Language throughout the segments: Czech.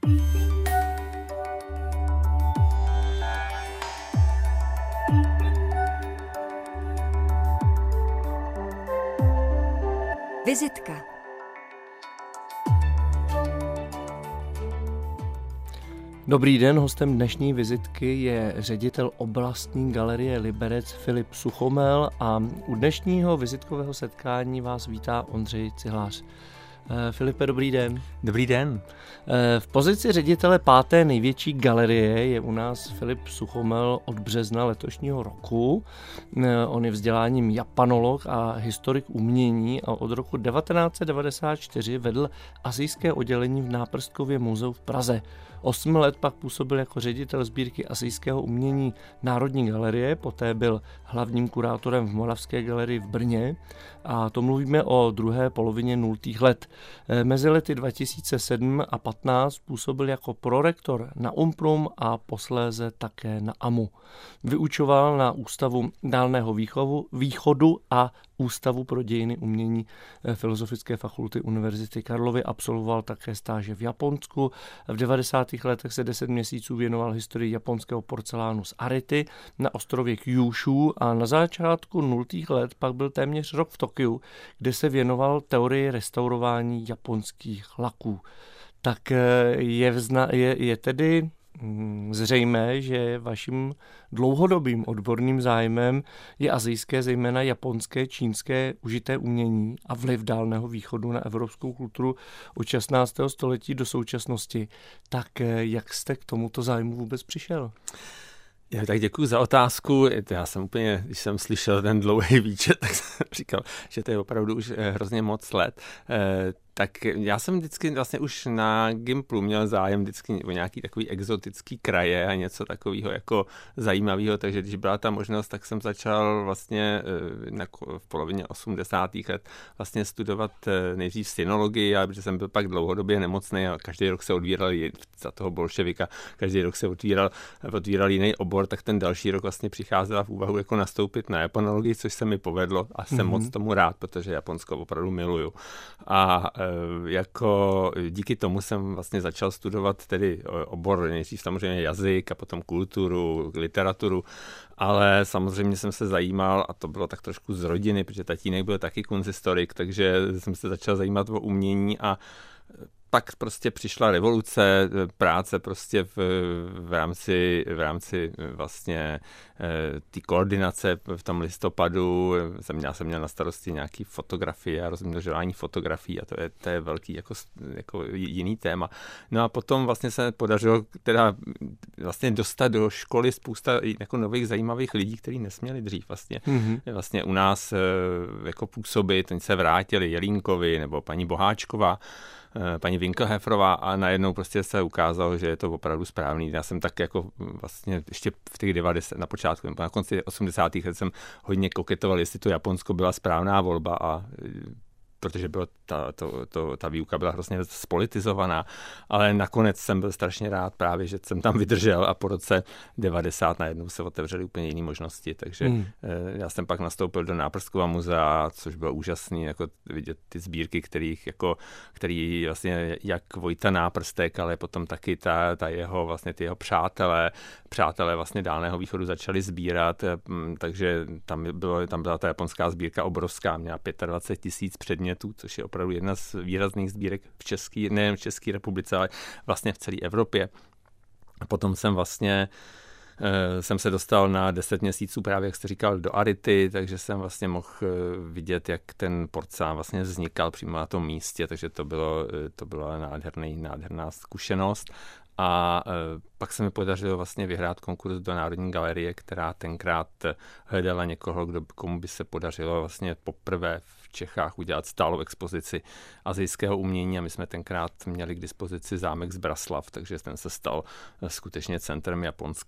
Vizitka. Dobrý den, hostem dnešní vizitky je ředitel oblastní galerie Liberec Filip Suchomel a u dnešního vizitkového setkání vás vítá Ondřej Cihlář. Filipe, dobrý den. Dobrý den. V pozici ředitele 5. největší galerie je u nás Filip Suchomel od března letošního roku. On je vzděláním japanolog a historik umění a od roku 1994 vedl asijské oddělení v Náprskově muzeu v Praze. 8 let pak působil jako ředitel sbírky asijského umění Národní galerie, poté byl hlavním kurátorem v Moravské galerii v Brně a to mluvíme o druhé polovině 0. let. Mezi lety 2007 a 15 působil jako prorektor na UMPRUM a posléze také na AMU. Vyučoval na Ústavu dálného východu a Ústavu pro dějiny umění Filozofické fakulty Univerzity Karlovy, absolvoval také stáže v Japonsku. V 90. letech se 10 měsíců věnoval historii japonského porcelánu z Arity na ostrově Kyushu a na začátku 0. let pak byl téměř rok v Tokiu, kde se věnoval teorii restaurování japonských laků. Tak je tedy zřejmé, že vaším dlouhodobým odborným zájmem je asijské, zejména japonské, čínské užité umění a vliv dálného východu na evropskou kulturu od 16. století do současnosti. Tak jak jste k tomuto zájmu vůbec přišel? Tak děkuji za otázku. Já jsem úplně, když jsem slyšel ten dlouhý výčet, tak jsem říkal, že to je opravdu už hrozně moc let. Tak já jsem vždycky vlastně už na Gimplu měl zájem vždycky o nějaký takový exotický kraje a něco takového jako zajímavého, takže když byla ta možnost, tak jsem začal vlastně v polovině 80. let vlastně studovat nejdřív sinologii, a protože jsem byl pak dlouhodobě nemocný a každý rok se odvíral za toho bolševika, každý rok se otvíral jiný obor, tak ten další rok vlastně přicházela v úvahu jako nastoupit na japanologii, což se mi povedlo a jsem moc tomu rád, protože Japonsko opravdu miluju. A jako díky tomu jsem vlastně začal studovat tedy obor, nejdřív samozřejmě jazyk a potom kulturu, literaturu, ale samozřejmě jsem se zajímal, a to bylo tak trošku z rodiny, protože tatínek byl taky kunsthistorik, takže jsem se začal zajímat o umění a pak prostě přišla revoluce, práce prostě v rámci vlastně té koordinace v tom listopadu. Já jsem měl na starosti nějaký fotografie a rozmnožování fotografií a to je velký jako jiný téma. No a potom vlastně se podařilo teda vlastně dostat do školy spousta jako nových zajímavých lidí, kteří nesměli dřív vlastně u nás jako působit. Oni se vrátili, Jelínkovi nebo paní Boháčková, paní Winkelhoferová, a najednou prostě se ukázalo, že je to opravdu správný. Já jsem tak jako vlastně ještě v těch 90, na počátku, na konci 80. let jsem hodně koketoval, jestli to Japonsko byla správná volba, a protože bylo ta výuka byla hrozně spolitizovaná, ale nakonec jsem byl strašně rád právě, že jsem tam vydržel a po roce 90 najednou se otevřely úplně jiné možnosti, takže já jsem pak nastoupil do Náprstkova muzea, což bylo úžasný, jako vidět ty sbírky, který vlastně jak Vojta Náprstek, ale potom taky ty jeho přátelé vlastně dálného východu začali sbírat, takže tam byla ta japonská sbírka obrovská, měla 25 000 předmětů, což je opravdu jedna z výrazných sbírek nejen v České republice, ale vlastně v celé Evropě. A potom jsem se dostal na 10 měsíců, právě jak jste říkal, do Arity, takže jsem vlastně mohl vidět, jak ten porcelán vlastně vznikal přímo na tom místě, takže to byla nádherná zkušenost. A pak se mi podařilo vlastně vyhrát konkurs do Národní galerie, která tenkrát hledala někoho, komu by se podařilo vlastně poprvé v Čechách udělat stálou expozici asijského umění, a my jsme tenkrát měli k dispozici zámek Zbraslav, takže ten se stal skutečně centrem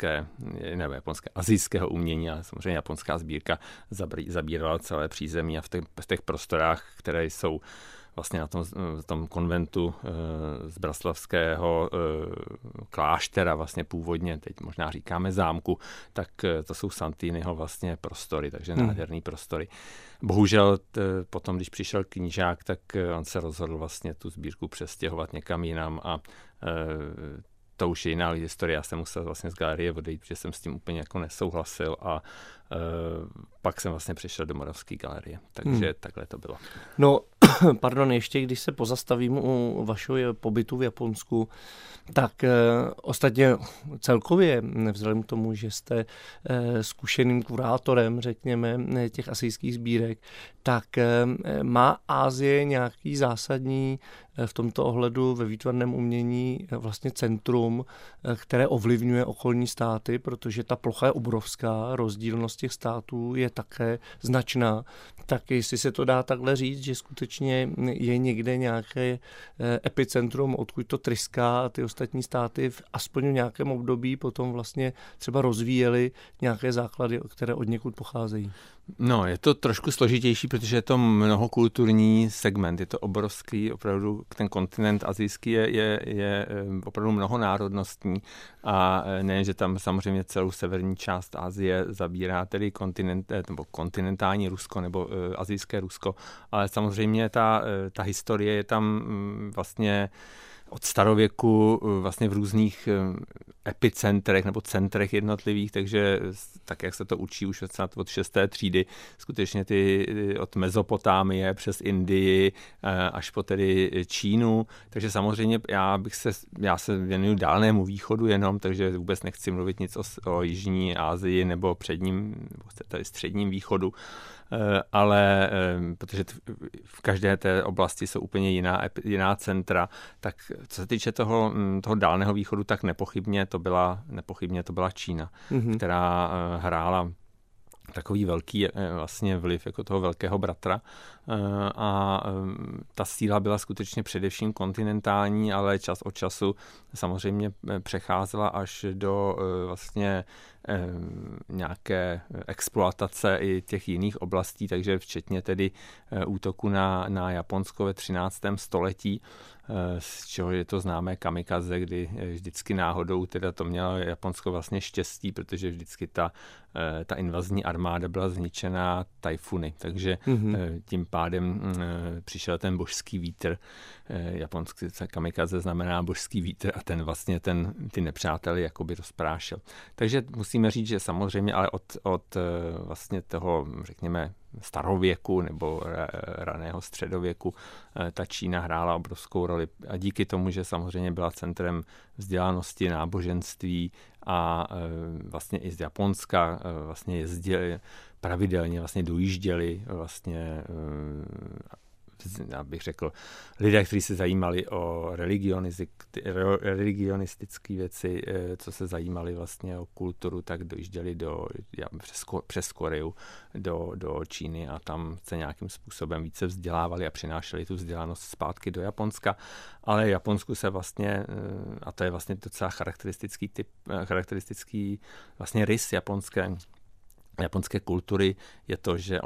asijského umění, a samozřejmě japonská sbírka zabírala celé přízemí a v těch prostorách, které jsou vlastně na tom konventu zbraslavského kláštera, vlastně původně, teď možná říkáme zámku, tak to jsou Santiniho vlastně prostory, takže nádherný prostory. Bohužel potom, když přišel knížák, tak on se rozhodl vlastně tu sbírku přestěhovat někam jinam a to už je jiná historie. Já jsem musel vlastně z galerie odejít, protože jsem s tím úplně jako nesouhlasil a pak jsem vlastně přišel do Moravské galerie. Takže takhle to bylo. No, pardon, ještě když se pozastavím u vašeho pobytu v Japonsku, tak ostatně celkově, vzhledem k tomu, že jste zkušeným kurátorem, řekněme, těch asijských sbírek, tak má Asie nějaký zásadní v tomto ohledu ve výtvarném umění vlastně centrum, které ovlivňuje okolní státy, protože ta plocha je obrovská, rozdílnost těch států je také značná. Tak jestli se to dá takhle říct, že skutečně je někde nějaké epicentrum, odkud to tryská a ty ostatní státy aspoň v nějakém období potom vlastně třeba rozvíjely nějaké základy, které od někud pocházejí. No, je to trošku složitější, protože je to mnohokulturní segment, je to obrovský, opravdu ten kontinent asijský je opravdu mnohonárodnostní a nejen, že tam samozřejmě celou severní část Asie zabírá tedy kontinentální Rusko nebo asijské Rusko, ale samozřejmě ta historie je tam vlastně od starověku vlastně v různých epicentrech nebo centrech jednotlivých, takže tak, jak se to učí už od 6. třídy, skutečně ty od Mezopotámie přes Indii až po tedy Čínu, takže samozřejmě já se věnuju Dálnému východu jenom, takže vůbec nechci mluvit nic o Jižní Asii nebo tady Středním východu, ale protože v každé té oblasti jsou úplně jiná centra, tak co se týče toho Dálného východu, tak nepochybně to byla Čína, která hrála takový velký vlastně vliv jako toho velkého bratra a ta síla byla skutečně především kontinentální, ale čas od času samozřejmě přecházela až do vlastně nějaké exploatace i těch jiných oblastí, takže včetně tedy útoku na Japonsko ve 13. století, z čeho je to známé kamikaze, kdy vždycky náhodou teda to mělo Japonsko vlastně štěstí, protože vždycky ta invazní armáda byla zničená tajfuny, takže tím pádem přišel ten božský vítr. Japonský kamikaze znamená božský vítr a ten vlastně ty nepřáteli jakoby rozprášil. Takže musíme říct, že samozřejmě, ale od vlastně toho, řekněme, starověku nebo raného středověku ta Čína hrála obrovskou roli a díky tomu, že samozřejmě byla centrem vzdělanosti, náboženství a vlastně i z Japonska vlastně jezdili pravidelně, vlastně dojížděli vlastně já bych řekl, lidé, kteří se zajímali o religionistické věci, co se zajímali vlastně o kulturu, tak dojížděli přes Koreu do Číny a tam se nějakým způsobem více vzdělávali a přinášeli tu vzdělanost zpátky do Japonska. Ale v Japonsku se vlastně, a to je vlastně docela charakteristický vlastně rys japonské kultury je to, že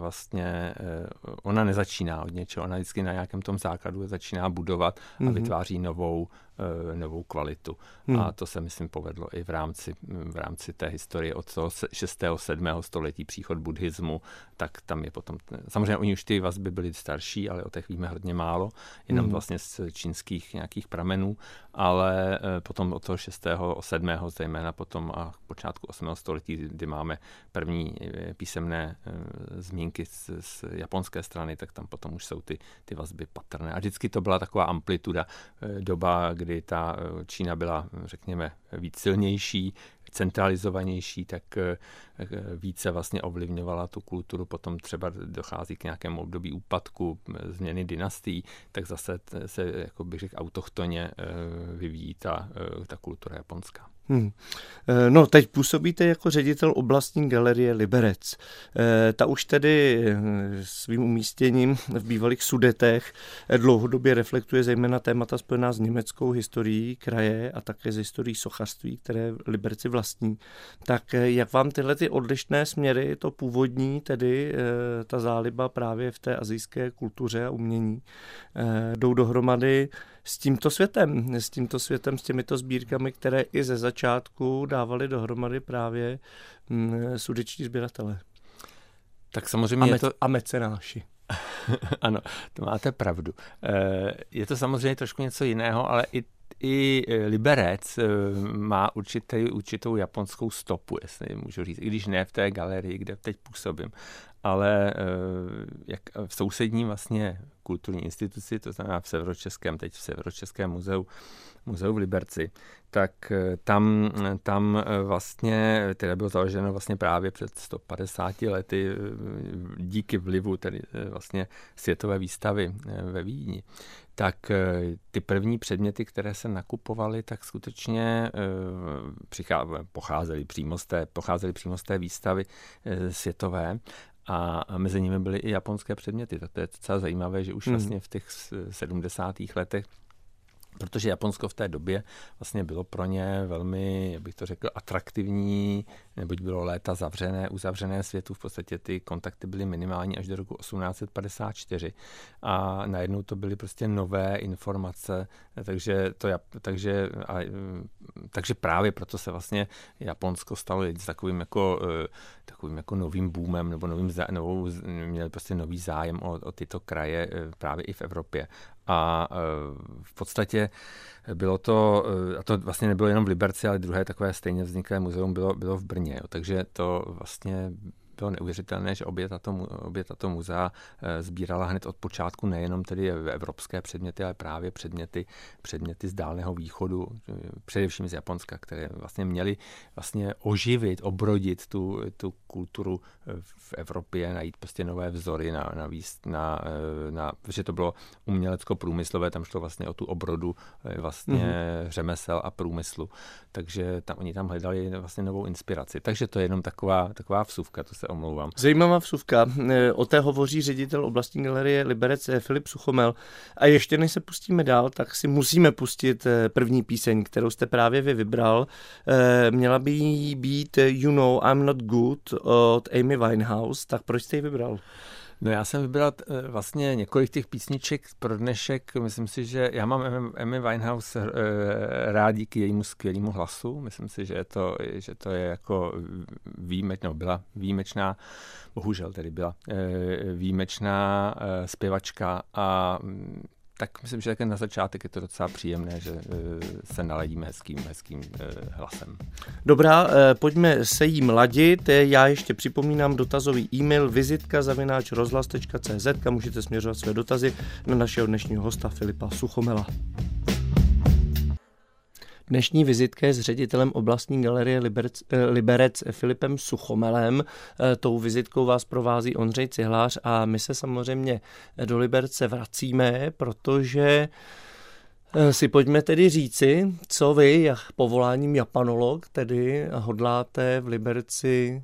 ona nezačíná od něčeho, ona vždycky na nějakém tom základu začíná budovat a vytváří novou kvalitu. A to se, myslím, povedlo i v rámci té historie od toho 6. 7. století příchod buddhismu, tak tam je potom, samozřejmě oni už ty vazby byly starší, ale o těch víme hodně málo, jenom vlastně z čínských nějakých pramenů, ale potom od toho 6. 7. zejména potom a počátku 8. století, kdy máme první písemné zmínky z japonské strany, tak tam potom už jsou ty vazby patrné. A vždycky to byla taková amplituda, doba, kdy ta Čína byla, řekněme, víc silnější, centralizovanější, tak více vlastně ovlivňovala tu kulturu, potom třeba dochází k nějakému období úpadku, změny dynastií, tak zase se, jako bych řekl, autochtoně vyvíjí ta kultura japonská. No, teď působíte jako ředitel oblastní galerie Liberec. Ta už tedy svým umístěním v bývalých Sudetech dlouhodobě reflektuje zejména témata spojená s německou historií kraje a také s historií sochařství, které Liberci vlastní. Tak jak vám tyhle ty odlišné směry, to původní, tedy ta záliba právě v té asijské kultuře a umění, jdou dohromady s tímto světem, s těmito sbírkami, které i ze začátku dávali dohromady právě sudetští sběratelé. Tak samozřejmě a mecenáši. Ano, to máte pravdu. Je to samozřejmě trošku něco jiného, ale i i Liberec má určitou japonskou stopu, jestli můžu říct, i když ne v té galerii, kde teď působím, ale jak v sousedním vlastně kulturní instituci, to znamená teď v Severočeském muzeu v Liberci, tak tam vlastně teda bylo založeno vlastně právě před 150 lety díky vlivu tedy vlastně světové výstavy ve Vídni. Tak ty první předměty, které se nakupovaly, tak skutečně pocházely přímo z té výstavy světové. A mezi nimi byly i japonské předměty. Tak to je docela zajímavé, že už vlastně v těch 70. letech, protože Japonsko v té době vlastně bylo pro ně velmi, jak bych to řekl, atraktivní, neboť bylo léta uzavřené světu, v podstatě ty kontakty byly minimální až do roku 1854 a najednou to byly prostě nové informace, takže právě proto se vlastně Japonsko stalo takovým jako novým boomem, nebo měli prostě nový zájem o tyto kraje právě i v Evropě. A v podstatě bylo to, a to vlastně nebylo jenom v Liberci, ale druhé takové stejně vzniklé muzeum bylo v Brně. Jo. Takže to vlastně bylo neuvěřitelné, že obě tato muzea sbírala hned od počátku nejenom tedy evropské předměty, ale právě předměty z Dálného východu, především z Japonska, které vlastně měly vlastně oživit, obrodit tu kulturu v Evropě, najít prostě nové vzory protože to bylo umělecko-průmyslové, tam šlo vlastně o tu obrodu vlastně řemesel a průmyslu. Takže oni tam hledali vlastně novou inspiraci. Takže to je jenom taková vsuvka, to se omlouvám. Zajímavá vsuvka. O té hovoří ředitel oblastní galerie Liberec Filip Suchomel. A ještě než se pustíme dál, tak si musíme pustit první píseň, kterou jste právě vy vybral. Měla by jí být You Know I'm Not Good od Amy Winehouse. Tak proč jste ji vybral? No já jsem vybral vlastně několik těch písniček pro dnešek. Myslím si, že já mám Amy Winehouse rád díky jejímu skvělému hlasu. Myslím si, že to je jako byla výjimečná, bohužel tedy byla výjimečná zpěvačka a tak myslím, že také na začátek je to docela příjemné, že se naladíme hezkým hlasem. Dobrá, pojďme se jí mladit. Já ještě připomínám dotazový e-mail vizitka@rozhlas.cz, kam můžete směřovat své dotazy na našeho dnešního hosta Filipa Suchomela. Dnešní vizitka je s ředitelem oblastní galerie Liberec Filipem Suchomelem. Tou vizitkou vás provází Ondřej Cihlář a my se samozřejmě do Liberce vracíme, protože si pojďme tedy říci, co vy, jak povoláním japanolog, tedy hodláte v Liberci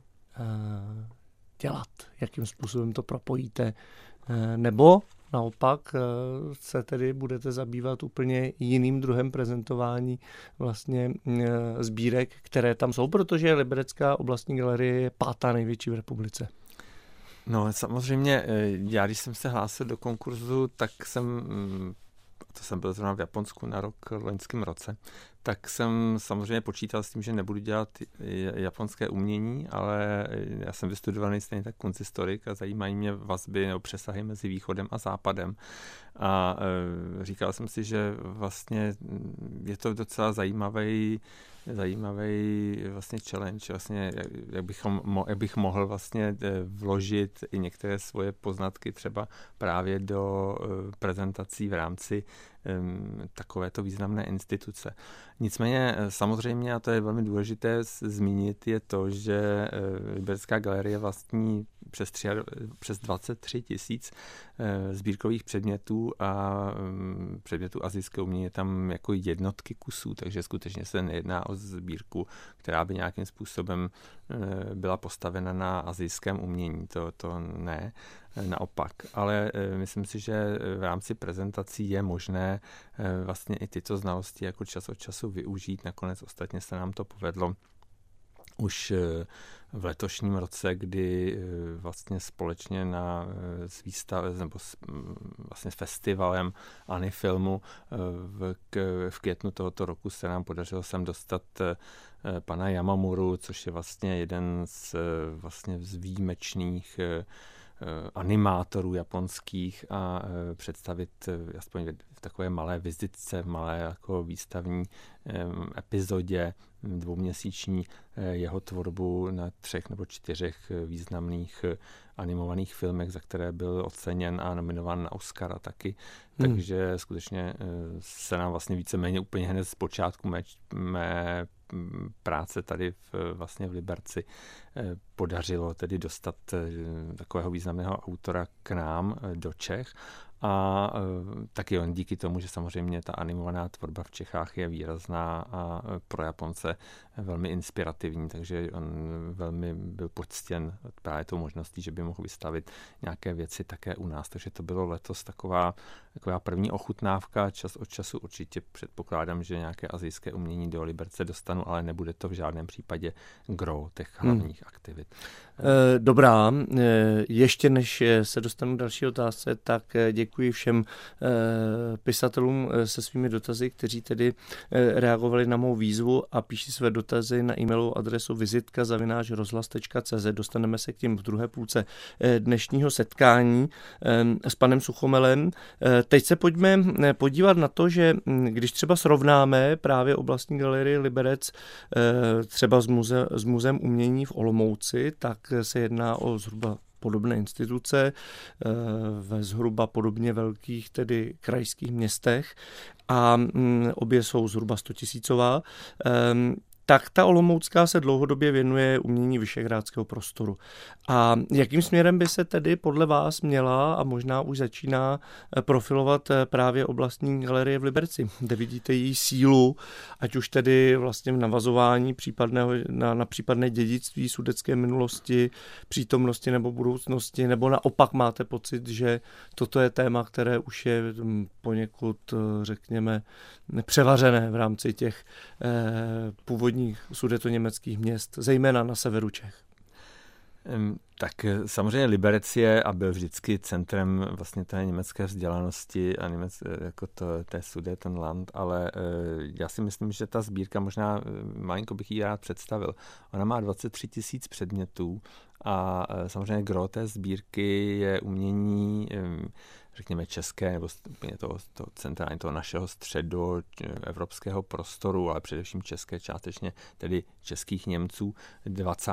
dělat, jakým způsobem to propojíte, nebo naopak se tedy budete zabývat úplně jiným druhem prezentování vlastně sbírek, které tam jsou, protože Liberecká oblastní galerie je 5. největší v republice. No samozřejmě, já když jsem se hlásil do konkurzu, tak jsem byl zrovna v Japonsku na loňském roce, tak jsem samozřejmě počítal s tím, že nebudu dělat japonské umění, ale já jsem vystudovaný stejně tak kunsthistorik a zajímají mě vazby nebo přesahy mezi východem a západem. A říkal jsem si, že vlastně je to docela zajímavý vlastně challenge, vlastně, jak bych mohl vlastně vložit i některé svoje poznatky třeba právě do prezentací v rámci takovéto významné instituce. Nicméně samozřejmě, a to je velmi důležité zmínit, je to, že Liberecká galerie vlastní přes 23 000 sbírkových předmětů a předmětů asijského umění je tam jako jednotky kusů, takže skutečně se nejedná o sbírku, která by nějakým způsobem byla postavena na asijském umění, to ne, naopak. Ale myslím si, že v rámci prezentací je možné vlastně i tyto znalosti jako čas od času využít. Nakonec ostatně se nám to povedlo už v letošním roce, kdy vlastně společně s výstavou nebo vlastně s festivalem Anifilmu v květnu tohoto roku se nám podařilo sem dostat pana Yamamuru, což je vlastně jeden z výjimečných animátorů japonských a představit aspoň v takové malé vizitce, malé jako výstavní epizodě dvouměsíční jeho tvorbu na 3 nebo 4 významných animovaných filmech, za které byl oceněn a nominován na Oscara taky. Takže skutečně se nám vlastně víceméně úplně hned z počátku mé práce tady vlastně v Liberci podařilo tedy dostat takového významného autora k nám do Čech. A taky on díky tomu, že samozřejmě ta animovaná tvorba v Čechách je výrazná a pro Japonce velmi inspirativní, takže on velmi byl poctěn právě tou možností, že by mohl vystavit nějaké věci také u nás. Takže to bylo letos taková první ochutnávka, čas od času určitě předpokládám, že nějaké asijské umění do Liberce dostanu, ale nebude to v žádném případě gros těch hlavních aktivit. Dobrá, ještě než se dostanu k další otázce, tak děkuji všem pisatelům se svými dotazy, kteří tedy reagovali na mou výzvu a píší své dotazy na e-mailovou adresu vizitka@rozhlas.cz. Dostaneme se k těm v druhé půlce dnešního setkání s panem Suchomelem. Teď se pojďme podívat na to, že když třeba srovnáme právě oblastní galerii Liberec třeba s Muzeem umění v Olomouci, tak se jedná o zhruba podobné instituce ve zhruba podobně velkých, tedy krajských městech a obě jsou zhruba 100 000. Tak ta olomoucká se dlouhodobě věnuje umění vyšehrádského prostoru. A jakým směrem by se tedy podle vás měla a možná už začíná profilovat právě oblastní galerie v Liberci, kde vidíte její sílu, ať už tedy vlastně v navazování na případné dědictví sudetské minulosti, přítomnosti nebo budoucnosti, nebo naopak máte pocit, že toto je téma, které už je poněkud, řekněme, převařené v rámci těch původních sudetoněmeckých měst, zejména na severu Čech? Tak samozřejmě Liberec je a byl vždycky centrem vlastně té německé vzdělanosti a jako té Sudetenland, ale já si myslím, že ta sbírka možná malinko bych ji rád představil. Ona má 23 000 předmětů a samozřejmě gros té sbírky je umění řekněme české, nebo toho centrálně toho našeho středu evropského prostoru, ale především české, částečně tedy českých Němců 20.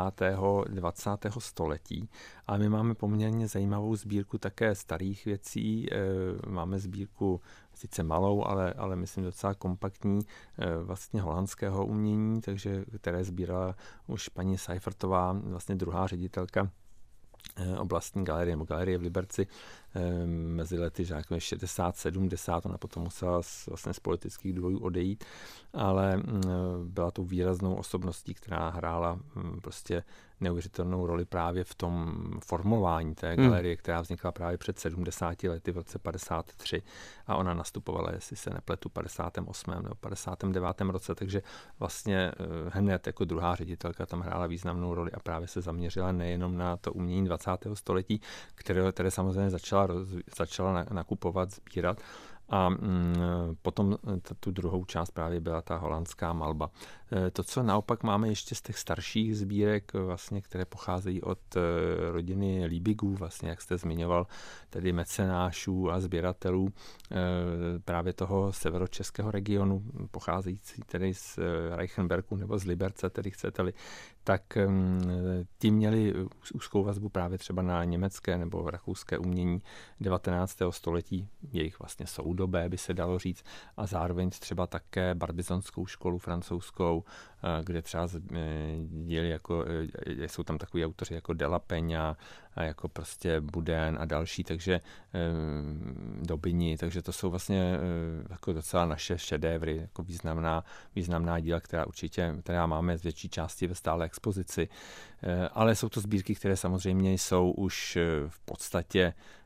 století. A my máme poměrně zajímavou sbírku také starých věcí. Máme sbírku sice malou, ale myslím docela kompaktní vlastně holandského umění, takže které sbírala už paní Seifertová, vlastně druhá ředitelka oblastní galerie nebo galerie v Liberci mezi lety 60-70, ona potom musela vlastně z politických důvodů odejít, ale byla to výraznou osobností, která hrála prostě neuvěřitelnou roli právě v tom formování té galerie, která vznikla právě před 70 lety v roce 53 a ona nastupovala, jestli se nepletu, 58. nebo 59. roce, takže vlastně hned jako druhá ředitelka tam hrála významnou roli a právě se zaměřila nejenom na to umění 20. století, které samozřejmě začala nakupovat, sbírat. A potom tu druhou část právě byla ta holandská malba. To, co naopak máme ještě z těch starších sbírek, vlastně, které pocházejí od rodiny Liebigů, vlastně, jak jste zmiňoval, tedy mecenášů a sběratelů právě toho severočeského regionu, pocházející tedy z Reichenbergu nebo z Liberce, tedy chcete-li, tak ti měli úzkou vazbu právě třeba na německé nebo rakouské umění 19. století, jejich vlastně soudobé, by se dalo říct, a zároveň třeba také barbizonskou školu francouzskou, kde třeba děli jako, jsou tam takový autoři jako De la Peña, a jako prostě Boudin a další, takže Daubigny, takže to jsou vlastně jako docela naše šedévry, jako významná díla, která máme z větší části ve stále expozici, ale jsou to sbírky, které samozřejmě jsou už v podstatě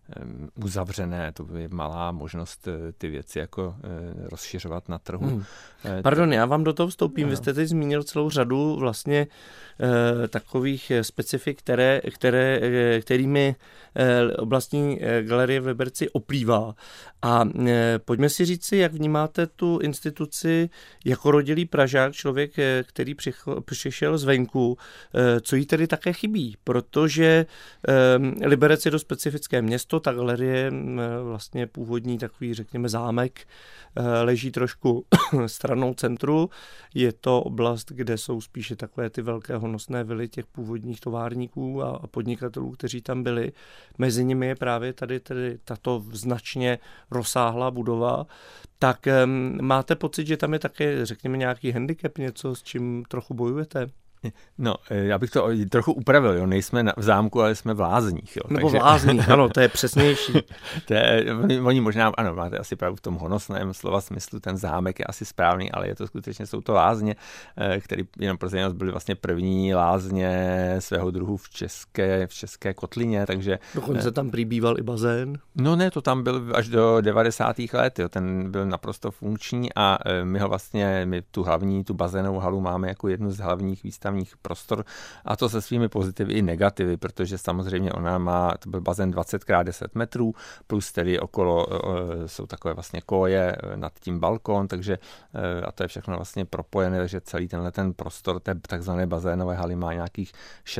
uzavřené, to je malá možnost ty věci jako rozšiřovat na trhu. Pardon, já vám do toho vstoupím. Vy jste teď zmínil celou řadu vlastně takových specifik, kterými oblastní galerie v Liberci oplývá. A pojďme si říct si, jak vnímáte tu instituci jako rodilý Pražák, člověk, který přišel zvenku, co jí tedy také chybí, protože Liberec je dost specifické město, ta galerie vlastně původní takový, řekněme, zámek, leží trošku stranou centru. Je to oblast, kde jsou spíše takové ty velké honosné vily těch původních továrníků a podnikatelů, kteří tam byli. Mezi nimi je právě tady tato značně rozsáhlá budova. Tak máte pocit, že tam je také, řekněme, nějaký handicap, něco, s čím trochu bojujete? No, já bych to trochu upravil, jo. Nejsme v zámku, ale jsme v Lázních. Jo. Nebo v Lázních, ano, to je přesnější. Oni možná, ano, máte asi pravdu v tom honosném slova smyslu, ten zámek je asi správný, ale je to skutečně, jsou to lázně, které jenom pro zajímavost byly vlastně první lázně svého druhu v České kotlině, takže... Dokonce tam přibýval i bazén. No ne, to tam byl až do 90. let, jo. Ten byl naprosto funkční a my tu bazénovou halu máme jako jednu z hlavních výstavních prostor a to se svými pozitivy i negativy, protože samozřejmě to byl bazén 20x10 metrů, plus tedy okolo jsou takové vlastně koje, nad tím balkon, takže a to je všechno vlastně propojené, takže celý ten prostor té takzvané bazénové haly má nějakých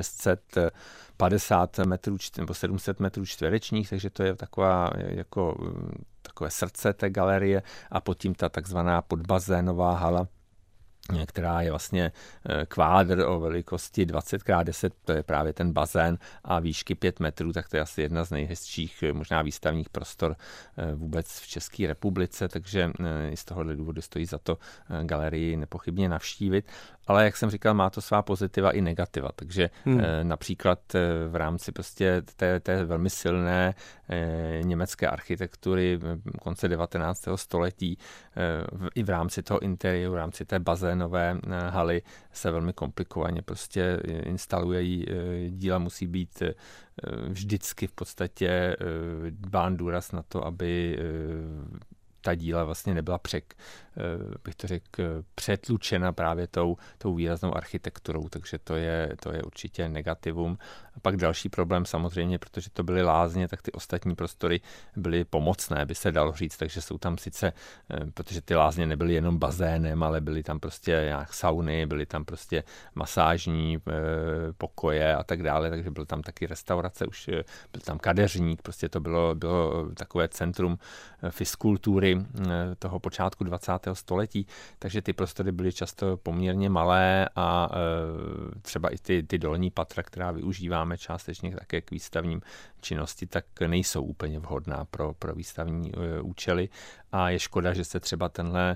650 metrů nebo 700 metrů čtverečních, takže to je takové srdce té galerie a pod tím ta takzvaná podbazénová hala, která je vlastně kvádr o velikosti 20x10, to je právě ten bazén a výšky 5 metrů, tak to je asi jedna z nejhezčích možná výstavních prostor vůbec v České republice, takže i z tohohle důvodu stojí za to galerii nepochybně navštívit. Ale jak jsem říkal, má to svá pozitiva i negativa, takže například v rámci prostě té velmi silné německé architektury konce 19. století i v rámci toho interiéru, v rámci té bazénové haly se velmi komplikovaně prostě instalují díla, musí být vždycky v podstatě dbán důraz na to, aby ta díla vlastně nebyla přetlučena právě tou výraznou architekturou, takže to je určitě negativum. A pak další problém samozřejmě, protože to byly lázně, tak ty ostatní prostory byly pomocné, by se dalo říct, takže jsou tam sice, protože ty lázně nebyly jenom bazénem, ale byly tam prostě nějak sauny, byly tam prostě masážní pokoje a tak dále, takže byl tam taky restaurace, už byl tam kadeřník, prostě to bylo takové centrum fiskultury toho počátku 20. století, takže ty prostory byly často poměrně malé a třeba i ty dolní patra, která využíváme částečně také k výstavním činnosti, tak nejsou úplně vhodná pro výstavní účely a je škoda, že se třeba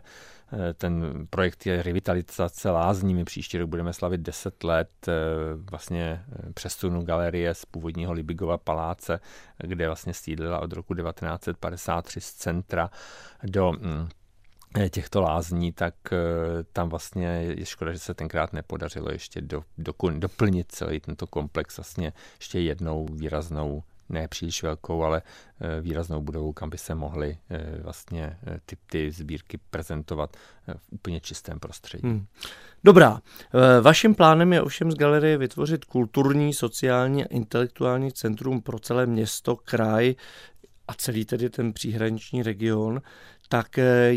ten projekt je revitalizace lázní. My příští rok budeme slavit 10 let vlastně přesunu galerie z původního Liebigova paláce, kde vlastně sídlila od roku 1953 z centra do těchto lázní, tak tam vlastně je škoda, že se tenkrát nepodařilo ještě doplnit celý tento komplex vlastně ještě jednou výraznou, ne příliš velkou, ale výraznou budovou, kam by se mohly vlastně ty sbírky prezentovat v úplně čistém prostředí. Dobrá. Vaším plánem je ovšem z galerie vytvořit kulturní, sociální a intelektuální centrum pro celé město, kraj a celý tedy ten příhraniční region. Tak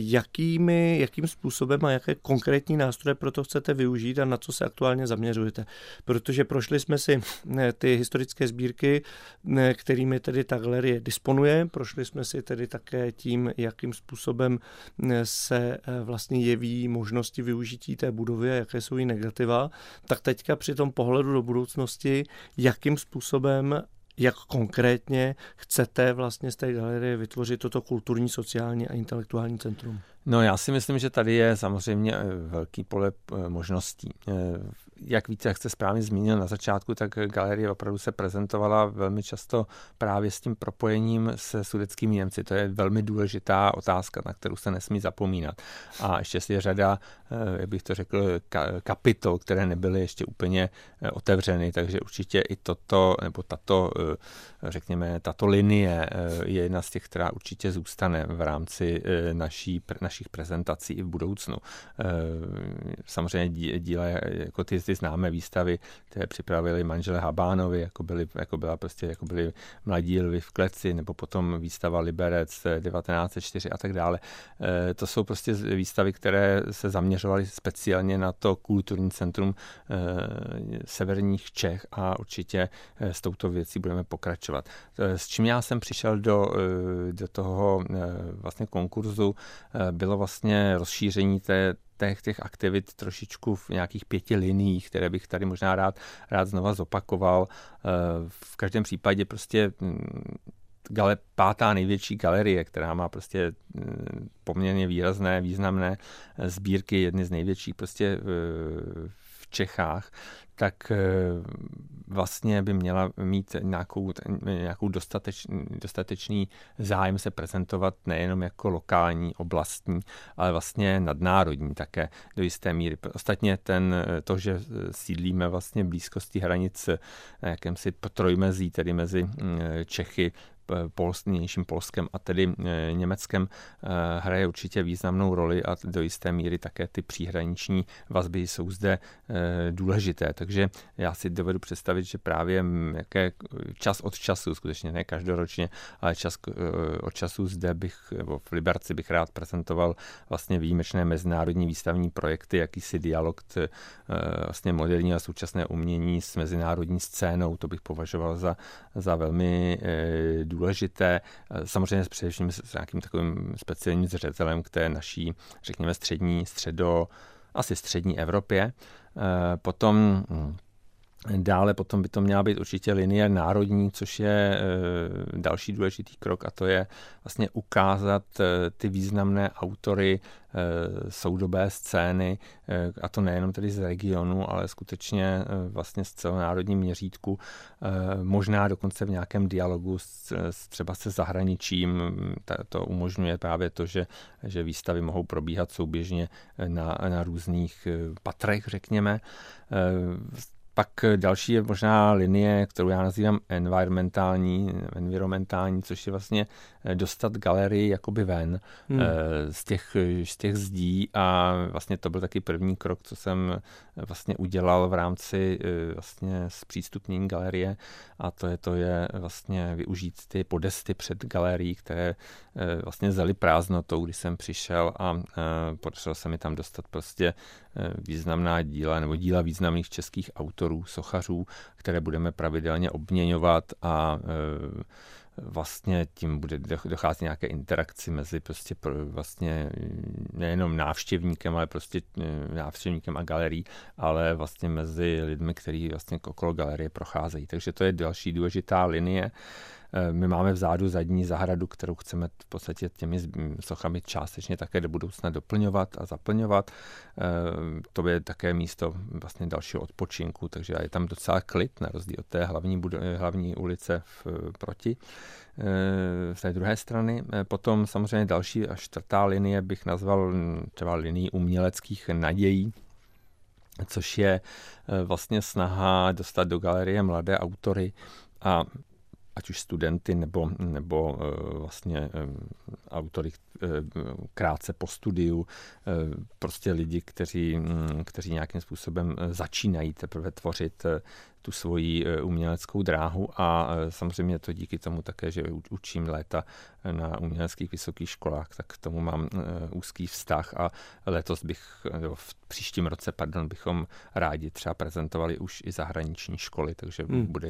jakým způsobem a jaké konkrétní nástroje pro to chcete využít a na co se aktuálně zaměřujete? Protože prošli jsme si ty historické sbírky, kterými tedy ta galerie disponuje, prošli jsme si tedy také tím, jakým způsobem se vlastně jeví možnosti využití té budovy a jaké jsou jí negativa. Tak teďka při tom pohledu do budoucnosti, jakým způsobem, jak konkrétně chcete vlastně z té galerie vytvořit toto kulturní, sociální a intelektuální centrum? No já si myslím, že tady je samozřejmě velký pole možností. Jak víte, jak jste správně zmínil na začátku, tak galerie opravdu se prezentovala velmi často právě s tím propojením se sudetskými Němci. To je velmi důležitá otázka, na kterou se nesmí zapomínat. A ještě je řada, jak bych to řekl, kapitol, které nebyly ještě úplně otevřeny, takže určitě i toto nebo tato řekněme, tato linie je jedna z těch, která určitě zůstane v rámci našich prezentací i v budoucnu. Samozřejmě díla, jako ty známé výstavy, které připravili manželé Habánovi, jako byli Mladí lvi v kleci, nebo potom výstava Liberec 1904 a tak dále. To jsou prostě výstavy, které se zaměřovaly speciálně na to kulturní centrum severních Čech a určitě s touto věcí budeme pokračovat. S čím já jsem přišel do toho vlastně konkurzu, bylo vlastně rozšíření těch aktivit trošičku v nějakých 5 liniích, které bych tady možná rád znova zopakoval. V každém případě prostě 5. největší galerie, která má prostě poměrně významné sbírky, jedny z největších prostě v Čechách, tak vlastně by měla mít nějakou dostatečný zájem se prezentovat nejenom jako lokální, oblastní, ale vlastně nadnárodní také do jisté míry. Ostatně to, že sídlíme vlastně blízkosti hranic na jakémsi trojmezí, tedy mezi Čechy, nynějším Polskem a tedy Německem, hraje určitě významnou roli a do jisté míry také ty příhraniční vazby jsou zde důležité. Takže já si dovedu představit, že právě čas od času, skutečně ne každoročně, ale čas od času zde v Liberci bych rád prezentoval vlastně výjimečné mezinárodní výstavní projekty, jakýsi dialog vlastně moderní a současné umění s mezinárodní scénou. To bych považoval za velmi důležité. Samozřejmě především s nějakým takovým speciálním zřetelem k té naší, řekněme, střední Evropě. Potom by to měla být určitě linie národní, což je další důležitý krok, a to je vlastně ukázat ty významné autory soudobé scény, a to nejenom tedy z regionu, ale skutečně vlastně z celonárodním měřítku, možná dokonce v nějakém dialogu třeba se zahraničím. To umožňuje právě to, že výstavy mohou probíhat souběžně na různých patrech, řekněme. Pak další je možná linie, kterou já nazývám environmentální, což je vlastně dostat galerii jakoby ven z těch zdí, a vlastně to byl taky první krok, co jsem vlastně udělal v rámci vlastně zpřístupnění galerie, a to je vlastně využít ty podesty před galerií, které vlastně zely prázdnotou, když jsem přišel, a podařilo se mi tam dostat prostě významná díla nebo díla významných českých autorů, sochařů, které budeme pravidelně obměňovat, a vlastně tím bude docházet nějaké interakci mezi prostě vlastně nejenom návštěvníkem, ale prostě návštěvníkem a galerií, ale vlastně mezi lidmi, kteří vlastně okolo galerie procházejí. Takže to je další důležitá linie. My máme vzadu zadní zahradu, kterou chceme v podstatě těmi sochami částečně také do budoucna doplňovat a zaplňovat. To je také místo vlastně dalšího odpočinku, takže je tam docela klid na rozdíl od té hlavní ulice proti z té druhé strany. Potom samozřejmě další a 4. linie bych nazval třeba linii uměleckých nadějí, což je vlastně snaha dostat do galerie mladé autory, a ať už studenty nebo vlastně autory krátce po studiu, prostě lidi, kteří nějakým způsobem začínají teprve tvořit tu svoji uměleckou dráhu, a samozřejmě to díky tomu také, že učím léta na uměleckých vysokých školách, tak k tomu mám úzký vztah, a letos v příštím roce, bychom rádi třeba prezentovali už i zahraniční školy, takže bude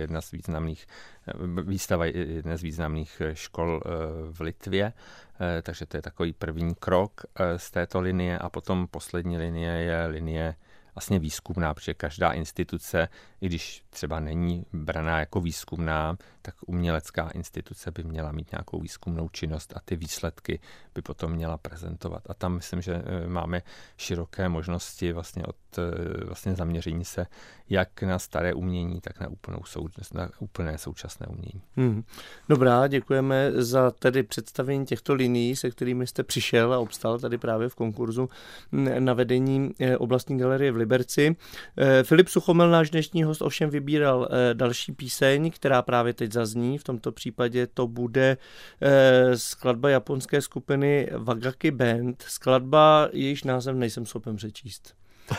výstava jedné z významných škol v Litvě, takže to je takový první krok z této linie, a potom poslední linie je linie vlastně výzkumná, protože každá instituce, i když třeba není braná jako výzkumná, tak umělecká instituce by měla mít nějakou výzkumnou činnost a ty výsledky by potom měla prezentovat. A tam myslím, že máme široké možnosti vlastně od vlastně zaměření se jak na staré umění, tak na úplné současné umění. Dobrá, děkujeme za tedy představení těchto linií, se kterými jste přišel a obstál tady právě v konkurzu na vedení oblastní galerie v Liberci. Filip Suchomel, náš dnešní host, ovšem vybíral další píseň, která právě teď zazní. V tomto případě to bude skladba japonské skupiny Wagaki Band. Skladba, jejíž název nejsem schopen přečíst.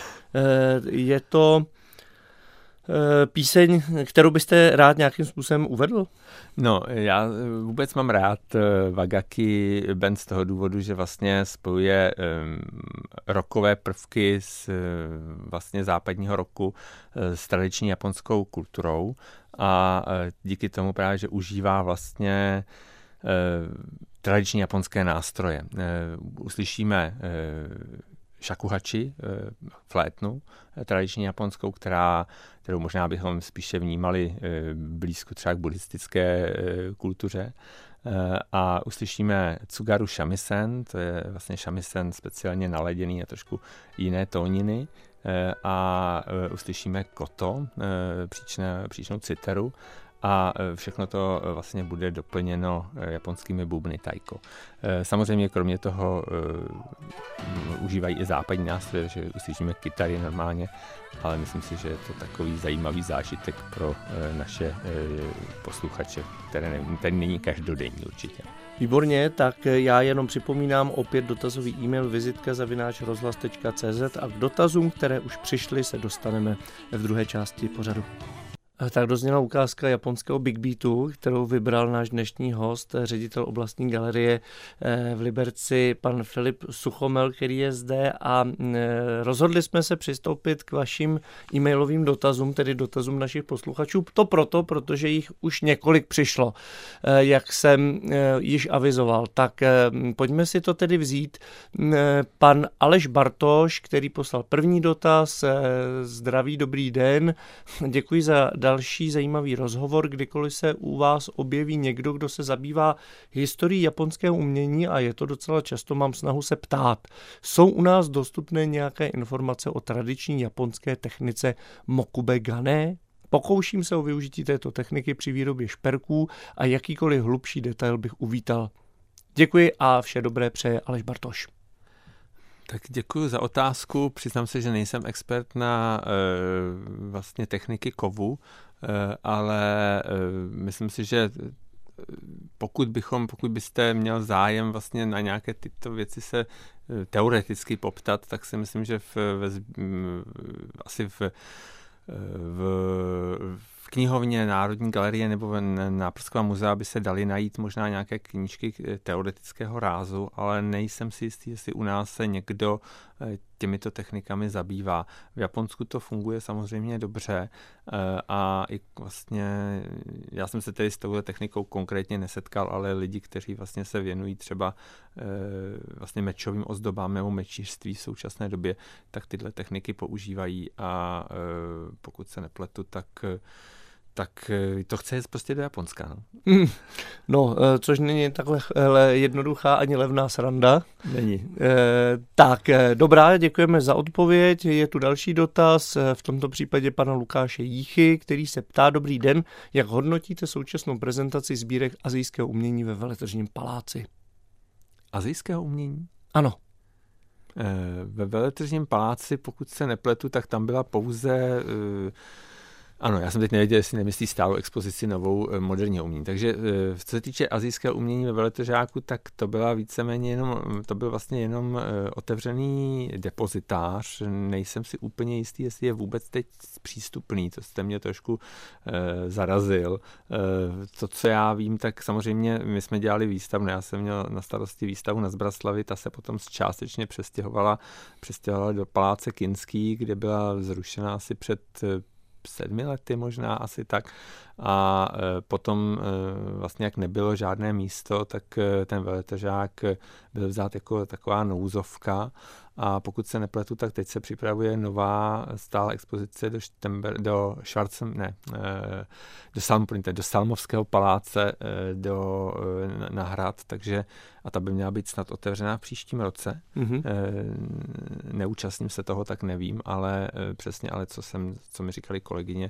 Je to píseň, kterou byste rád nějakým způsobem uvedl? No, já vůbec mám rád Wagaki Band z toho důvodu, že vlastně spojuje rockové prvky z vlastně západního rocku s tradiční japonskou kulturou a díky tomu právě, že užívá vlastně tradiční japonské nástroje. Uslyšíme shakuhachi, flétnu, tradiční japonskou, kterou možná bychom spíše vnímali blízko třeba k buddhistické kultuře. A uslyšíme tsugaru shamisen, to je vlastně shamisen speciálně naladěný a trošku jiné tóniny. A uslyšíme koto, příčnou citeru. A všechno to vlastně bude doplněno japonskými bubny taiko. Samozřejmě kromě toho užívají i západní nástroje, že uslyšíme kytary normálně, ale myslím si, že je to takový zajímavý zážitek pro naše posluchače, který není každodenní určitě. Výborně, tak já jenom připomínám opět dotazový e-mail vizitka@rozhlas.cz a k dotazům, které už přišly, se dostaneme v druhé části pořadu. Tak dozněla ukázka japonského Big Beatu, kterou vybral náš dnešní host, ředitel oblastní galerie v Liberci, pan Filip Suchomel, který je zde, a rozhodli jsme se přistoupit k vašim e-mailovým dotazům, tedy dotazům našich posluchačů. To proto, protože jich už několik přišlo, jak jsem již avizoval. Tak pojďme si to tedy vzít. Pan Aleš Bartoš, který poslal první dotaz, zdraví, dobrý den, děkuji za další zajímavý rozhovor, kdykoliv se u vás objeví někdo, kdo se zabývá historií japonského umění, a je to docela často, mám snahu se ptát. Jsou u nás dostupné nějaké informace o tradiční japonské technice mokubegane? Pokouším se o využití této techniky při výrobě šperků a jakýkoliv hlubší detail bych uvítal. Děkuji a vše dobré přeje Aleš Bartoš. Tak děkuji za otázku. Přiznám se, že nejsem expert na vlastně techniky kovu, ale myslím si, že pokud byste měl zájem vlastně na nějaké tyto věci se teoreticky poptat, tak si myslím, že asi v knihovně Národní galerie nebo na Prskova muzea by se daly najít možná nějaké knížky teoretického rázu, ale nejsem si jistý, jestli u nás se někdo těmito technikami zabývá. V Japonsku to funguje samozřejmě dobře a i vlastně já jsem se tedy s touhle technikou konkrétně nesetkal, ale lidi, kteří vlastně se věnují třeba vlastně mečovým ozdobám nebo mečířství v současné době, tak tyhle techniky používají a pokud se nepletu, tak to chce jít prostě do Japonska. No, což není takhle jednoduchá ani levná sranda. Není. Tak, dobrá, děkujeme za odpověď. Je tu další dotaz, v tomto případě pana Lukáše Jíchy, který se ptá: dobrý den, jak hodnotíte současnou prezentaci sbírek asijského umění ve Veletržním paláci? Asijského umění? Ano. Ve Veletržním paláci, pokud se nepletu, tak tam byla pouze... Ano, já jsem teď nevěděl, jestli nemyslí stálou expozici novou moderního umění. Takže co se týče asijského umění ve Veletržáku, tak to byla víceméně to byl vlastně jenom otevřený depozitář. Nejsem si úplně jistý, jestli je vůbec teď přístupný. To jste mě trošku zarazil. To, co já vím, tak samozřejmě my jsme dělali výstavu. Já jsem měl na starosti výstavu na Zbraslavi, ta se potom částečně přestěhovala do Paláce Kinský, kde byla zrušena asi před 7 lety možná, asi tak. A potom vlastně jak nebylo žádné místo, tak ten veletržák byl vzat jako taková nouzovka a pokud se nepletu, tak teď se připravuje nová stálá expozice do Salmovského paláce na Hrad, takže a ta by měla být snad otevřená v příštím roce. Neúčastním se toho, tak nevím, ale přesně, co mi říkali kolegyně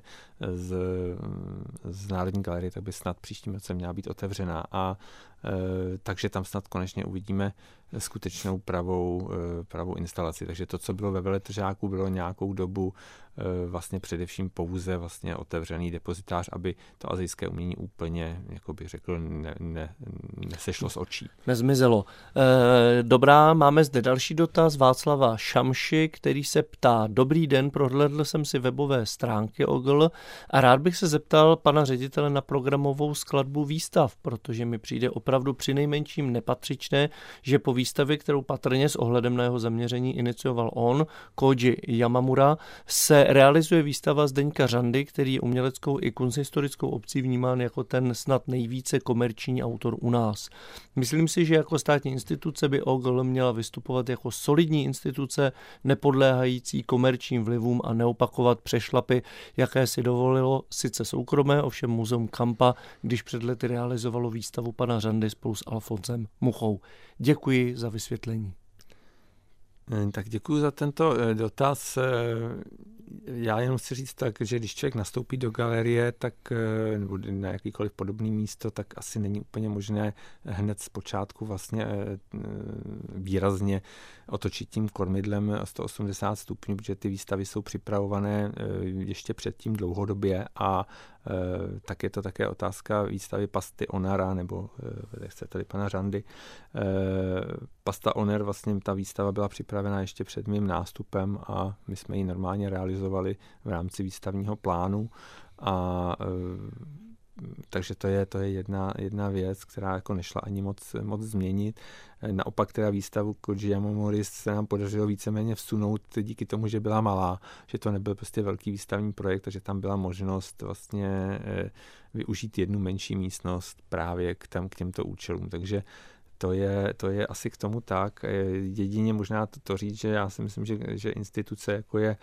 z Národní galerie, tak by snad příštím roce měla být otevřená a takže tam snad konečně uvidíme skutečnou pravou instalaci. Takže to, co bylo ve veletržáku, bylo nějakou dobu vlastně především pouze vlastně otevřený depozitář, aby to asijské umění úplně, jako bych řekl, nesešlo z očí. Nezmizelo. Dobrá, máme zde další dotaz Václava Šamši, který se ptá: Dobrý den, prohlédl jsem si webové stránky OGL a rád bych se zeptal pana ředitele na programovou skladbu výstav, protože mi přijde opravdu přinejmenším nepatřičné, že po výstavě, kterou patrně s ohledem na jeho zaměření inicioval on, Koji Yamamura, se realizuje výstava Zdeňka Řandy, který je uměleckou i kunsthistorickou obcí vnímán jako ten snad nejvíce komerční autor u nás. Myslím si, že jako státní instituce by OGL měla vystupovat jako solidní instituce, nepodléhající komerčním vlivům a neopakovat přešlapy, jaké si dovolilo sice soukromé, ovšem muzeum Kampa, když před lety realizovalo výstavu pana Řandy spolu s Alfonsem Muchou. Děkuji za vysvětlení. Tak děkuji za tento dotaz. Já jenom chci říct tak, že když člověk nastoupí do galerie, tak nebo na jakýkoliv podobný místo, tak asi není úplně možné hned z počátku vlastně výrazně otočit tím kormidlem 180 stupňů, protože ty výstavy jsou připravované ještě předtím dlouhodobě a tak je to také otázka výstavy Pasty Onara, nebo chcete-li pana Řandy. Pasta Oner, vlastně ta výstava byla připravena ještě před mým nástupem a my jsme ji normálně realizovali v rámci výstavního plánu a takže to je jedna věc, která jako nešla ani moc změnit. Naopak teda výstavu Koji Yamamury se nám podařilo víceméně vsunout díky tomu, že byla malá, že to nebyl prostě velký výstavní projekt, takže tam byla možnost vlastně využít jednu menší místnost právě k těmto účelům. Takže to je asi k tomu tak. Jedině možná to říct, že já si myslím, že instituce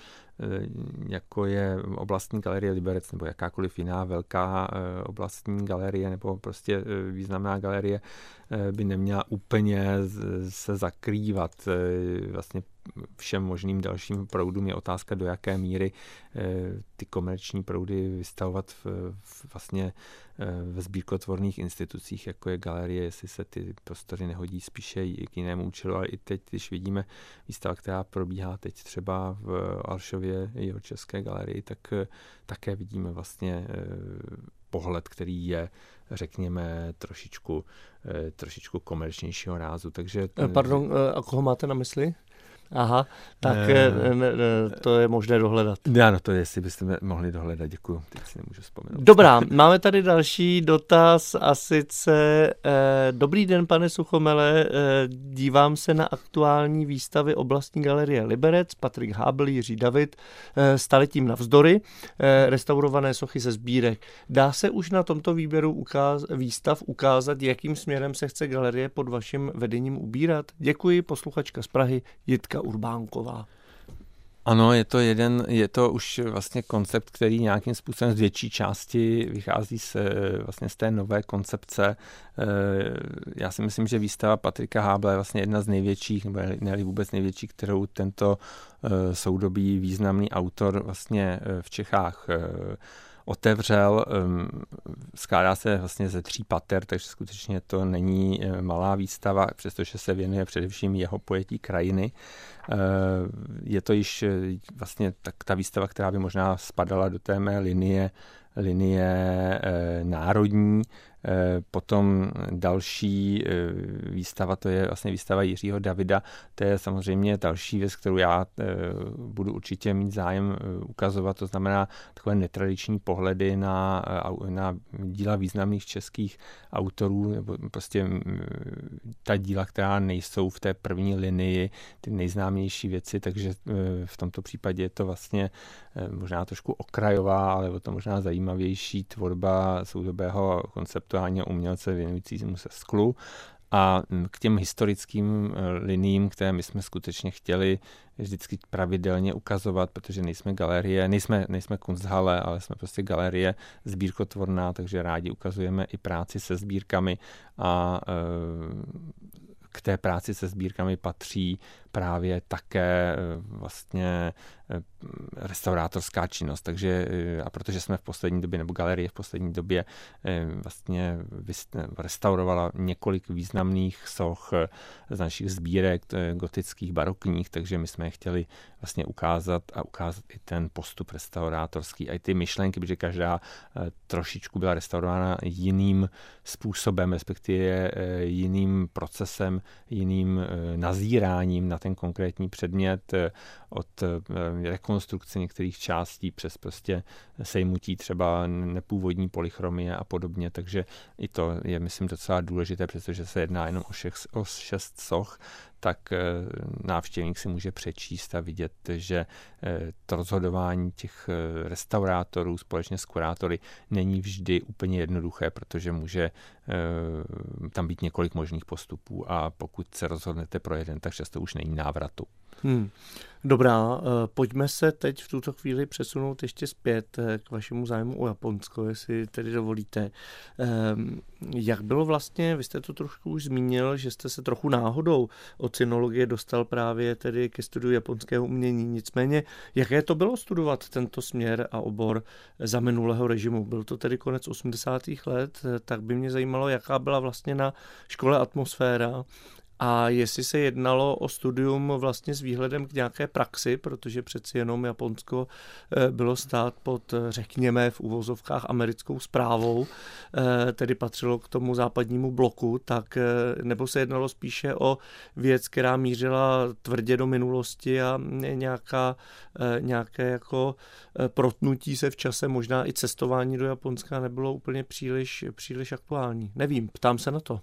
jako je oblastní galerie Liberec nebo jakákoliv jiná velká oblastní galerie nebo prostě významná galerie by neměla úplně se zakrývat vlastně všem možným dalším proudům. Je otázka, do jaké míry ty komerční proudy vystavovat vlastně ve sbírkotvorných institucích, jako je galerie, jestli se ty prostory nehodí spíše k jinému účelu, ale i teď, když vidíme výstava, která probíhá teď třeba v Alšově Jihočeské galerii, tak také vidíme vlastně pohled, který je, řekněme, trošičku komerčnějšího rázu. Takže Pardon, a koho máte na mysli? Aha, tak to je možné dohledat. Ano, to je, jestli byste mohli dohledat, děkuji, teď si nemůžu vzpomenout. Dobrá, máme tady další dotaz a sice dobrý den, pane Suchomele, dívám se na aktuální výstavy oblastní galerie Liberec, Patrik Hábl, Jiří David, Staletím navzdory, restaurované sochy ze sbírek. Dá se už na tomto výběru výstav ukázat, jakým směrem se chce galerie pod vaším vedením ubírat? Děkuji, posluchačka z Prahy, Jitka Urbánková. Ano, je to už vlastně koncept, který nějakým způsobem z větší části vychází z té nové koncepce. Já si myslím, že výstava Patrika Hábla je vlastně jedna z největších, nebo ne vůbec největší, kterou tento soudobý významný autor vlastně v Čechách otevřel. Skládá se vlastně ze 3 pater, takže skutečně to není malá výstava, přestože se věnuje především jeho pojetí krajiny. Je to již vlastně ta výstava, která by možná spadala do té mé linie národní. Potom další výstava, to je vlastně výstava Jiřího Davida, to je samozřejmě další věc, kterou já budu určitě mít zájem ukazovat, to znamená takové netradiční pohledy na díla významných českých autorů, nebo prostě ta díla, která nejsou v té první linii, ty nejznámější věci, takže v tomto případě je to vlastně možná trošku okrajová, ale o to možná zajímavější tvorba soudobého konceptuálního umělce věnujícímu se sklu. A k těm historickým liniím, které my jsme skutečně chtěli vždycky pravidelně ukazovat, protože nejsme galerie, nejsme Kunsthalle, ale jsme prostě galerie sbírkotvorná, takže rádi ukazujeme i práci se sbírkami a k té práci se sbírkami patří právě také vlastně restaurátorská činnost. Takže a protože jsme v poslední době, nebo galerie v poslední době vlastně restaurovala několik významných soch z našich sbírek gotických, barokních, takže my jsme je chtěli vlastně ukázat i ten postup restaurátorský a i ty myšlenky, protože každá trošičku byla restaurována jiným způsobem, respektive jiným procesem, jiným nazíráním na ten konkrétní předmět, od rekonstrukce některých částí přes prostě sejmutí třeba nepůvodní polychromie a podobně, takže i to je, myslím, docela důležité, přestože se jedná jenom o 6 soch, tak návštěvník si může přečíst a vidět, že to rozhodování těch restaurátorů společně s kurátory není vždy úplně jednoduché, protože může tam být několik možných postupů a pokud se rozhodnete pro jeden, tak často už není návratu. Dobrá, pojďme se teď v tuto chvíli přesunout ještě zpět k vašemu zájmu o Japonsko, jestli tedy dovolíte. Jak bylo vlastně, vy jste to trošku už zmínil, že jste se trochu náhodou od sinologie dostal právě tedy ke studiu japonského umění, nicméně jaké to bylo studovat tento směr a obor za minulého režimu? Byl to tedy konec 80. let, tak by mě zajímalo, jaká byla vlastně na škole atmosféra, a jestli se jednalo o studium vlastně s výhledem k nějaké praxi, protože přeci jenom Japonsko bylo stát pod, řekněme, v uvozovkách americkou správou, tedy patřilo k tomu západnímu bloku, tak nebo se jednalo spíše o věc, která mířila tvrdě do minulosti a nějaké jako protnutí se v čase, možná i cestování do Japonska nebylo úplně příliš aktuální. Nevím, ptám se na to.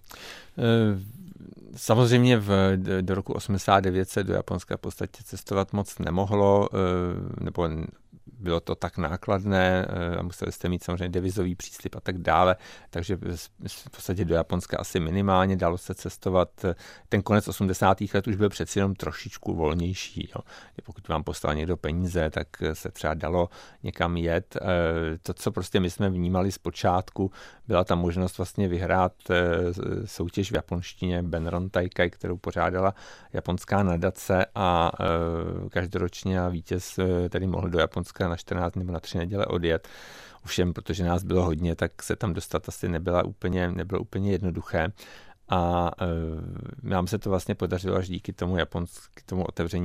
Samozřejmě do roku 89 se do Japonska v podstatě cestovat moc nemohlo, nebo bylo to tak nákladné a museli jste mít samozřejmě devizový příslib a tak dále, takže v podstatě do Japonska asi minimálně dalo se cestovat. Ten konec 80. let už byl přeci jenom trošičku volnější. Jo. Pokud vám poslal někdo peníze, tak se třeba dalo někam jet. To, co prostě my jsme vnímali zpočátku, byla ta možnost vlastně vyhrát soutěž v japonštině Benron Taikai, kterou pořádala japonská nadace a každoročně vítěz tedy mohl do Japonska na 14 nebo na 3 neděle odjet. Ovšem, protože nás bylo hodně, tak se tam dostat asi nebylo úplně jednoduché. A nám se to vlastně podařilo až díky tomu tomu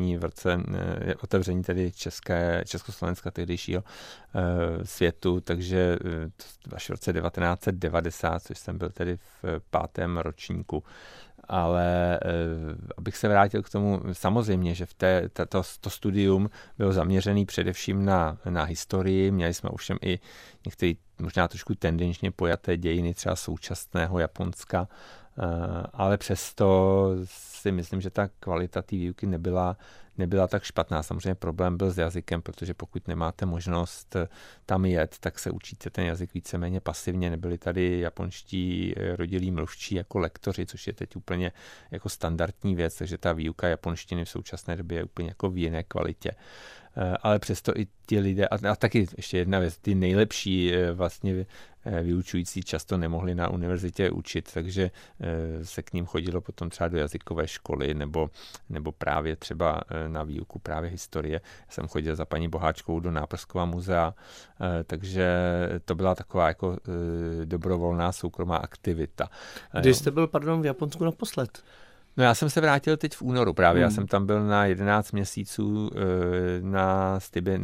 otevření tedy Československa tehdejšího světu, takže až v roce 1990, což jsem byl tedy v 5. ročníku. Ale abych se vrátil k tomu, samozřejmě, že to studium bylo zaměřené především na historii, měli jsme ovšem i některé možná trošku tendenčně pojaté dějiny třeba současného Japonska, ale přesto si myslím, že ta kvalita té výuky nebyla tak špatná. Samozřejmě problém byl s jazykem, protože pokud nemáte možnost tam jet, tak se učíte ten jazyk víceméně pasivně. Nebyli tady japonští rodilí mluvčí jako lektoři, což je teď úplně jako standardní věc, takže ta výuka japonštiny v současné době je úplně jako v jiné kvalitě. Ale přesto i ti lidé, a taky ještě jedna věc, ty nejlepší vlastně vyučující často nemohli na univerzitě učit, takže se k ním chodilo potom třeba do jazykové školy nebo právě třeba na výuku právě historie. Já jsem chodil za paní Boháčkovou do Náprskova muzea, takže to byla taková jako dobrovolná soukromá aktivita. Kdy jste byl, v Japonsku naposled? No já jsem se vrátil teď v únoru právě, já jsem tam byl na 11 měsíců na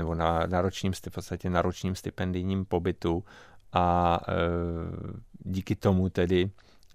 ročním stipendijním pobytu a díky tomu tedy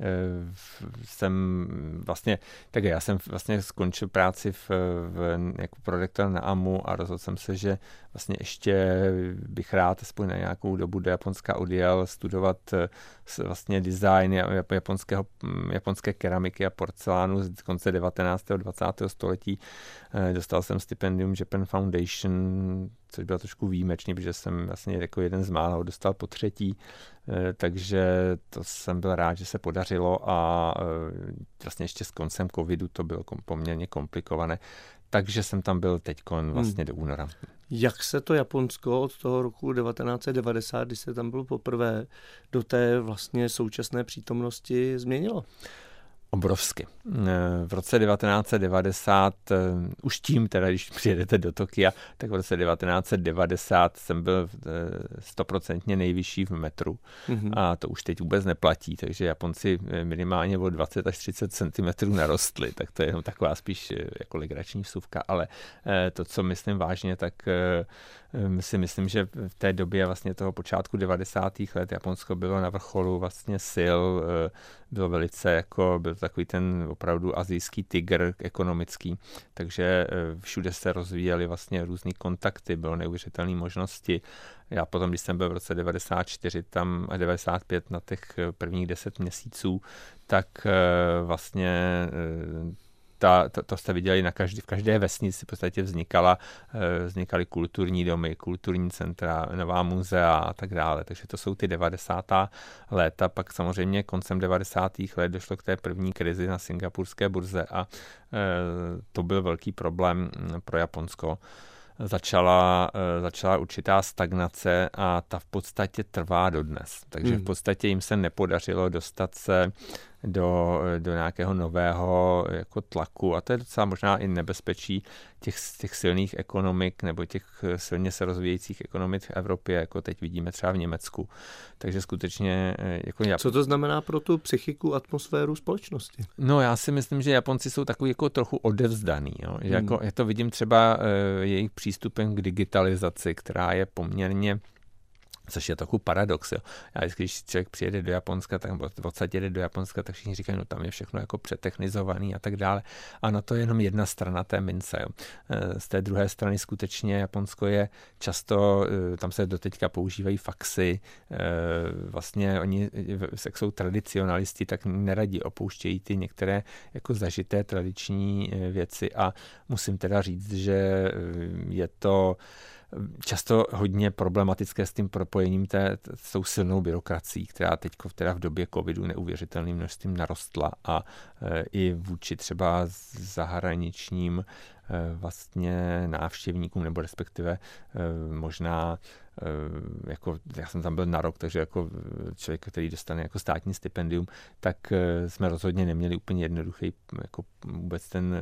já jsem vlastně skončil práci jako prorektor na AMU a rozhodl jsem se, že vlastně ještě bych rád aspoň na nějakou dobu do Japonska odjel studovat vlastně design japonské keramiky a porcelánu z konce 19. a 20. století. Dostal jsem stipendium Japan Foundation, což bylo trošku výjimečný, protože jsem vlastně jako jeden z mála dostal po třetí, takže to jsem byl rád, že se podařilo a vlastně ještě s koncem covidu to bylo poměrně komplikované, takže jsem tam byl teďkon vlastně do února. Jak se to Japonsko od toho roku 1990, když se tam bylo poprvé, do té vlastně současné přítomnosti změnilo? Obrovsky. V roce 1990, už tím teda, když přijedete do Tokia, tak v roce 1990 jsem byl 100% nejvyšší v metru a to už teď vůbec neplatí, takže Japonci minimálně o 20 až 30 cm narostli, tak to je jenom taková spíš jako legrační vsuvka, ale to, co myslím vážně, tak si myslím, že v té době vlastně toho počátku 90. let Japonsko bylo na vrcholu vlastně sil, bylo velice jako, byl takový ten opravdu asijský tygr ekonomický, takže všude se rozvíjely vlastně různý kontakty, bylo neuvěřitelné možnosti. Já potom, když jsem byl v roce 94 tam a 95 na těch prvních 10 měsíců, tak vlastně to jste viděli v každé vesnici v podstatě vznikaly kulturní domy, kulturní centra, nová muzea a tak dále. Takže to jsou ty 90. léta. Pak samozřejmě koncem 90. let došlo k té první krizi na singapurské burze a to byl velký problém pro Japonsko. Začala určitá stagnace a ta v podstatě trvá dodnes. Takže v podstatě jim se nepodařilo dostat se do nějakého nového jako tlaku a to je docela možná i nebezpečí těch silných ekonomik nebo těch silně se rozvíjejících ekonomik v Evropě, jako teď vidíme třeba v Německu. Takže skutečně Co to znamená pro tu psychiku, atmosféru společnosti? No já si myslím, že Japonci jsou takový jako trochu odevzdaný. Jo? Že jako, já to vidím třeba jejich přístupem k digitalizaci, která je poměrně, což je trochu paradox. Jo. Když člověk přijede do Japonska, tak odsaď jede do Japonska, tak všichni říkají, no tam je všechno jako přetechnizovaný a tak dále. Ano, to je jenom jedna strana té mince. Jo. Z té druhé strany skutečně Japonsko je často, tam se doteďka používají faxy, vlastně oni, jak jsou tradicionalisti, tak neradi opouštějí ty některé jako zažité tradiční věci a musím teda říct, že je to často hodně problematické s tím propojením s tou silnou byrokracií, která teď v době covidu neuvěřitelným množstvím narostla a i vůči třeba zahraničním vlastně návštěvníkům, nebo respektive možná jako já jsem tam byl na rok, takže jako člověk, který dostane jako státní stipendium, tak jsme rozhodně neměli úplně jednoduchý jako vůbec ten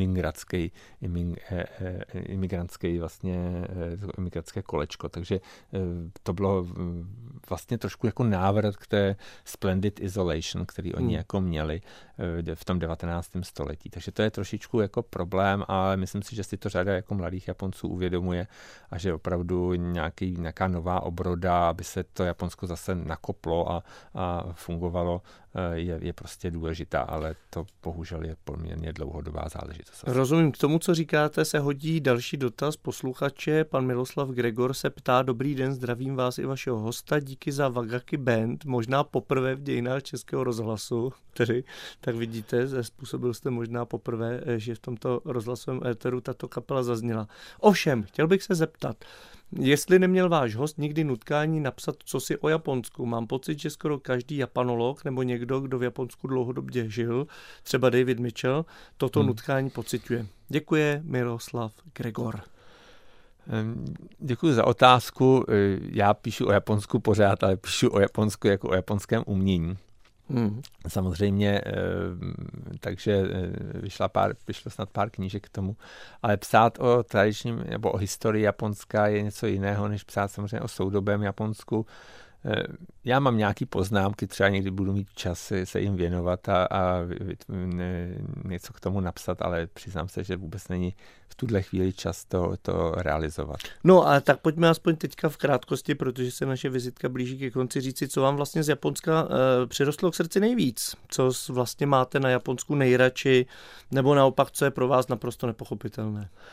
imigrantský vlastně imigrantské kolečko, takže to bylo vlastně trošku jako návrat k té splendid isolation, který oni jako měli v tom 19. století. Takže to je trošičku jako problém, ale myslím si, že si to řada jako mladých Japonců uvědomuje a že opravdu nějaká nová obroda, aby se to Japonsko zase nakoplo a fungovalo, je prostě důležitá, ale to bohužel je poměrně dlouhodobá záležitost. Rozumím, k tomu, co říkáte, se hodí další dotaz posluchače. Pan Miloslav Gregor se ptá: Dobrý den, zdravím vás i vašeho hosta, díky za Wagaki Band, možná poprvé v dějinách Českého rozhlasu, tak vidíte, způsobil jste možná poprvé, že v tomto rozhlasovém éteru tato kapela zazněla. Ovšem, chtěl bych se zeptat, jestli neměl váš host nikdy nutkání napsat cosi o Japonsku. Mám pocit, že skoro každý japanolog nebo někdo, kdo v Japonsku dlouhodobě žil, třeba David Mitchell, toto nutkání pociťuje. Děkuje Miroslav Gregor. Děkuji za otázku. Já píšu o Japonsku pořád, ale píšu o Japonsku jako o japonském umění. Samozřejmě, takže vyšlo snad pár knížek k tomu, ale psát o tradičním nebo o historii Japonska je něco jiného, než psát samozřejmě o soudobém Japonsku. Já mám nějaký poznámky, třeba někdy budu mít čas se jim věnovat a něco k tomu napsat, ale přiznám se, že vůbec není v tuhle chvíli čas to realizovat. No a tak pojďme aspoň teďka v krátkosti, protože se naše vizitka blíží ke konci, říci, co vám vlastně z Japonska přirostlo k srdci nejvíc, co vlastně máte na Japonsku nejradši, nebo naopak, co je pro vás naprosto nepochopitelné.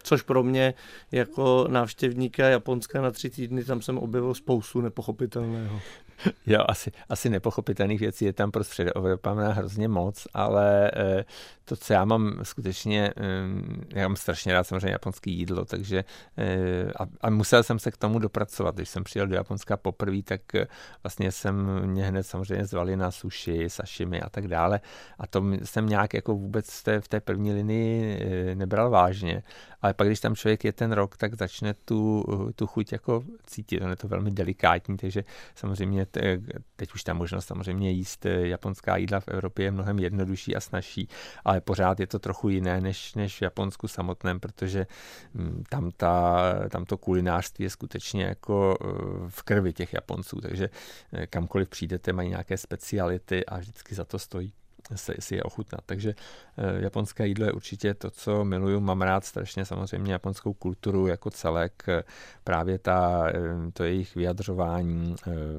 což pro mě jako návštěvníka Japonska na 3 týdny, tam jsem objevil spoustu nepochopitelného. Jo, asi nepochopitelných věcí je tam pro Středoevropana hrozně moc, ale to, co já mám skutečně, já mám strašně rád samozřejmě japonské jídlo, takže a musel jsem se k tomu dopracovat. Když jsem přijel do Japonska poprvé, tak vlastně mě hned samozřejmě zvali na sushi, sashimi a tak dále a to jsem nějak jako vůbec v té první linii nebral vážně, ale pak, když tam člověk je ten rok, tak začne tu chuť jako cítit. On je to velmi delikátní, takže samozřejmě teď už ta možnost samozřejmě jíst japonská jídla v Evropě je mnohem jednodušší a snazší, ale pořád je to trochu jiné než v Japonsku samotném, protože tam to kulinářství je skutečně jako v krvi těch Japonců, takže kamkoliv přijdete, mají nějaké speciality a vždycky za to stojí si je ochutnat. Takže japonské jídlo je určitě to, co miluju. Mám rád strašně samozřejmě japonskou kulturu jako celek. Právě to jejich vyjadřování,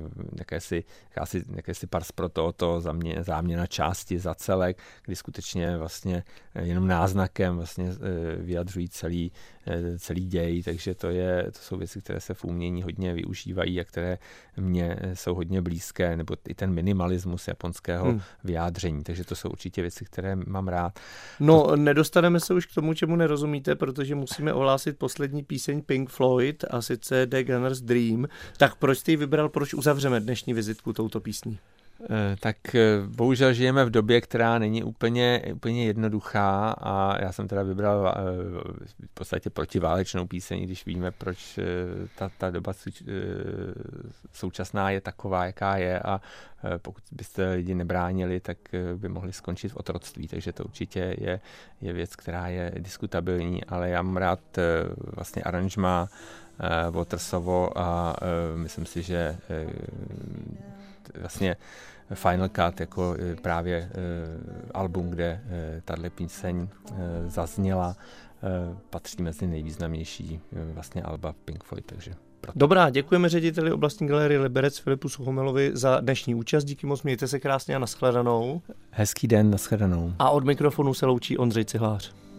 jakési pars pro to záměna části za celek, kdy skutečně vlastně jenom náznakem vlastně vyjadřují celý děj, takže to jsou věci, které se v umění hodně využívají a které mně jsou hodně blízké, nebo i ten minimalismus japonského vyjádření, takže to jsou určitě věci, které mám rád. No, nedostaneme se už k tomu, čemu nerozumíte, protože musíme ohlásit poslední píseň Pink Floyd, a sice The Gunner's Dream. Tak proč jsi ji vybral, proč uzavřeme dnešní vizitku touto písní? Tak bohužel žijeme v době, která není úplně jednoduchá a já jsem teda vybral v podstatě protiválečnou píseň, když víme, proč ta doba současná je taková, jaká je a pokud byste lidi nebránili, tak by mohli skončit v otroctví, takže to určitě je věc, která je diskutabilní, ale já mám rád vlastně aranžma Watersovo a myslím si, že vlastně Final Cut jako právě album, kde tato píseň zazněla, patří mezi nejvýznamnější vlastně alba Pink Floyd, takže proto. Dobrá, děkujeme řediteli oblastní galerie Liberec Filipu Suchomelovi za dnešní účast, díky moc, mějte se krásně a nashledanou. Hezký den, nashledanou. A od mikrofonu se loučí Ondřej Cihlář.